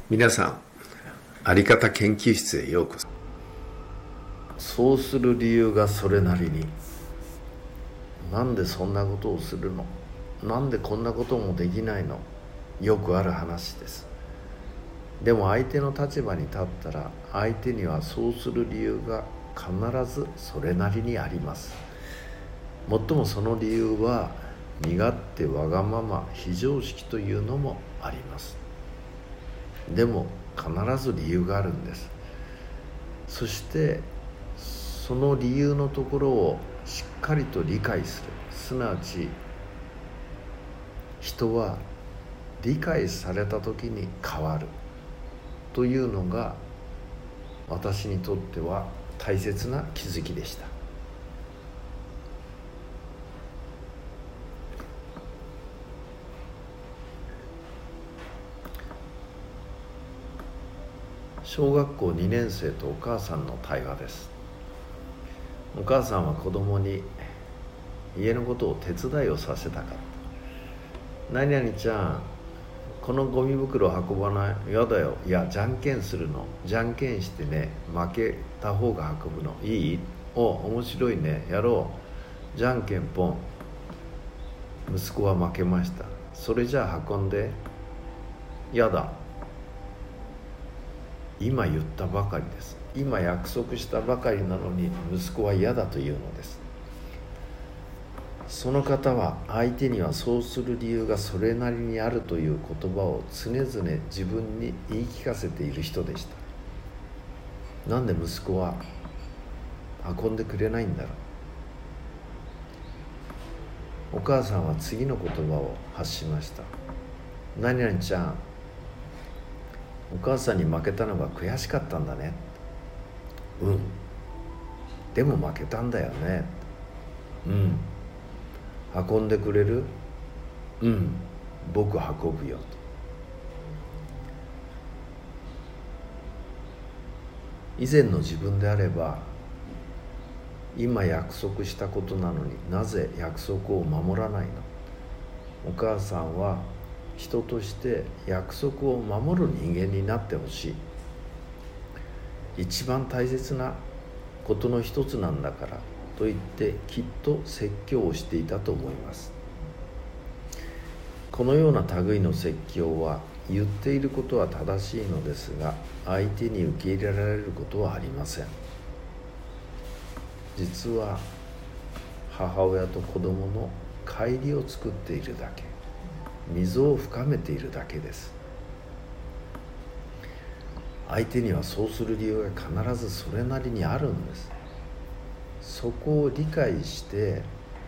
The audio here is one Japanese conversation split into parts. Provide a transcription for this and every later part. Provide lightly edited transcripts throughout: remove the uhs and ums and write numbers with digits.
皆さん、あり方研究室へようこそ。 そうする理由がそれなりに。なんでそんなことをするの？なんでこんなこともできないの？よくある話です。でも相手の立場に立ったら、相手にはそうする理由が必ずそれなりにあります。もっともその理由は、身勝手わがまま非常識というのもあります。でも必ず理由があるんです。そしてその理由のところをしっかりと理解する。すなわち人は理解された時に変わるというのが、私にとっては大切な気づきでした。小学校2年生とお母さんの対話です。お母さんは子供に家のことを手伝いをさせたかった。何々ちゃん、このゴミ袋運ばない？やだよ。いや、じゃんけんするの。じゃんけんしてね、負けた方が運ぶの。いい？面白いね。やろう。じゃんけんポン。息子は負けました。それじゃあ運んで。やだ。今言ったばかりです。今約束したばかりなのに息子は嫌だというのです。その方は相手にはそうする理由がそれなりにあるという言葉を常々自分に言い聞かせている人でした。なんで息子は運んでくれないんだろう。お母さんは次の言葉を発しました。何々ちゃん、お母さんに負けたのが悔しかったんだね。うん。でも負けたんだよね。うん。運んでくれる？うん。僕運ぶよと。以前の自分であれば、今約束したことなのになぜ約束を守らないの？お母さんは人として約束を守る人間になってほしい。一番大切なことの一つなんだからと言ってきっと説教をしていたと思います。このような類の説教は言っていることは正しいのですが、相手に受け入れられることはありません。実は母親と子供の乖離を作っているだけ、溝を深めているだけです。相手にはそうする理由が必ずそれなりにあるんです。そこを理解して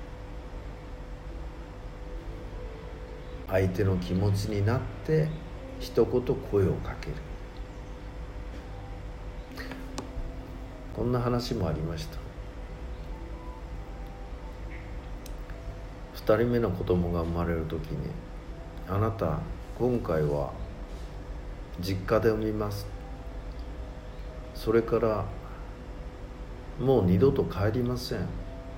相手の気持ちになって一言声をかける。こんな話もありました。2人目の子供が生まれる時に、あなた今回は実家で産みます。それからもう二度と帰りません。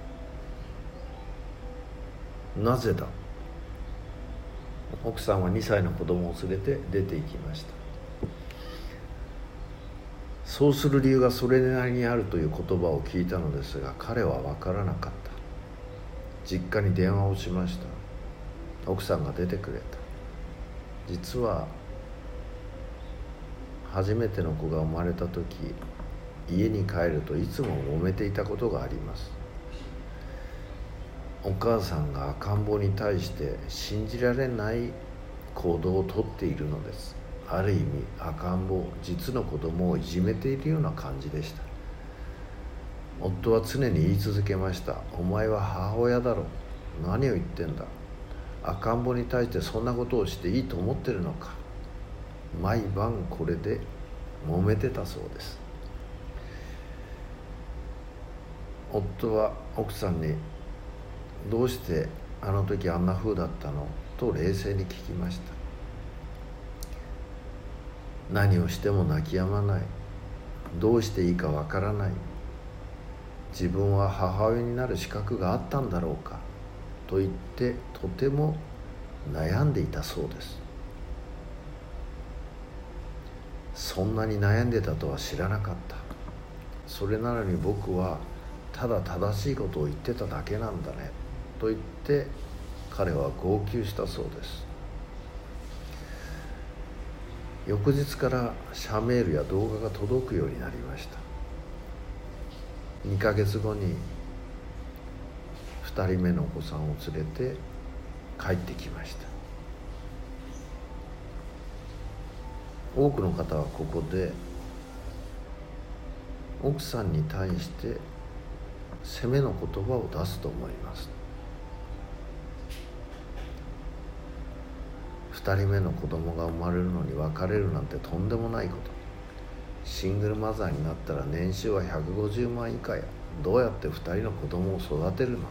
なぜだ？奥さんは2歳の子供を連れて出て行きました。そうする理由がそれなりにあるという言葉を聞いたのですが、彼は分からなかった。実家に電話をしました。奥さんが出てくれた。実は初めての子が生まれた時、家に帰るといつも揉めていたことがあります。お母さんが赤ん坊に対して信じられない行動をとっているのです。ある意味赤ん坊、実の子供をいじめているような感じでした。夫は常に言い続けました。お前は母親だろ。何を言ってんだ。赤ん坊に対してそんなことをしていいと思ってるのか。毎晩これで揉めてたそうです。夫は奥さんに、どうしてあの時あんな風だったのと冷静に聞きました。何をしても泣き止まない。どうしていいかわからない。自分は母親になる資格があったんだろうかと言ってとても悩んでいたそうです。 そんなに悩んでたとは知らなかった。それなのに僕はただ正しいことを言ってただけなんだねと言って彼は号泣したそうです。翌日からシャメールや動画が届くようになりました。2ヶ月後に2人目のお子さんを連れて帰ってきました。多くの方はここで奥さんに対して責めの言葉を出すと思います。2人目の子供が生まれるのに別れるなんてとんでもないこと。シングルマザーになったら年収は150万以下や。どうやって2人の子供を育てるの。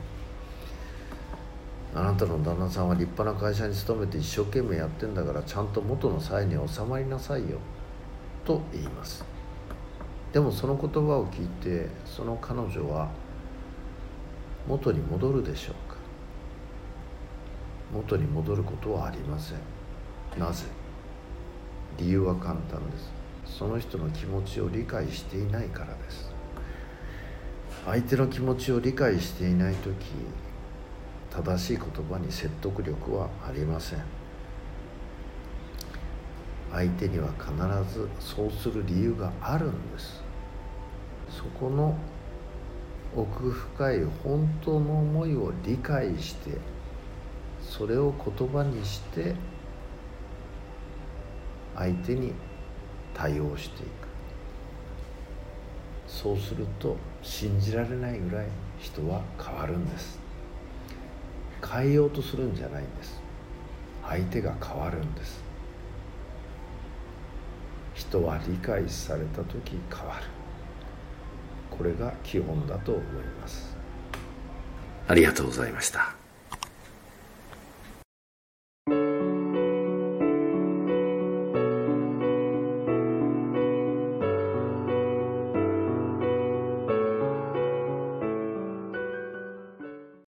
あなたの旦那さんは立派な会社に勤めて一生懸命やってんだから、ちゃんと元の際に収まりなさいよと言います。でもその言葉を聞いてその彼女は元に戻るでしょうか。元に戻ることはありません。なぜ？理由は簡単です。その人の気持ちを理解していないからです。相手の気持ちを理解していないとき、正しい言葉に説得力はありません。相手には必ずそうする理由があるんです。そこの奥深い本当の思いを理解して、それを言葉にして相手に対応していく。そうすると信じられないぐらい人は変わるんです。変えようとするんじゃないんです。相手が変わるんです。人は理解された時変わる。これが基本だと思います。 ありがとうございました。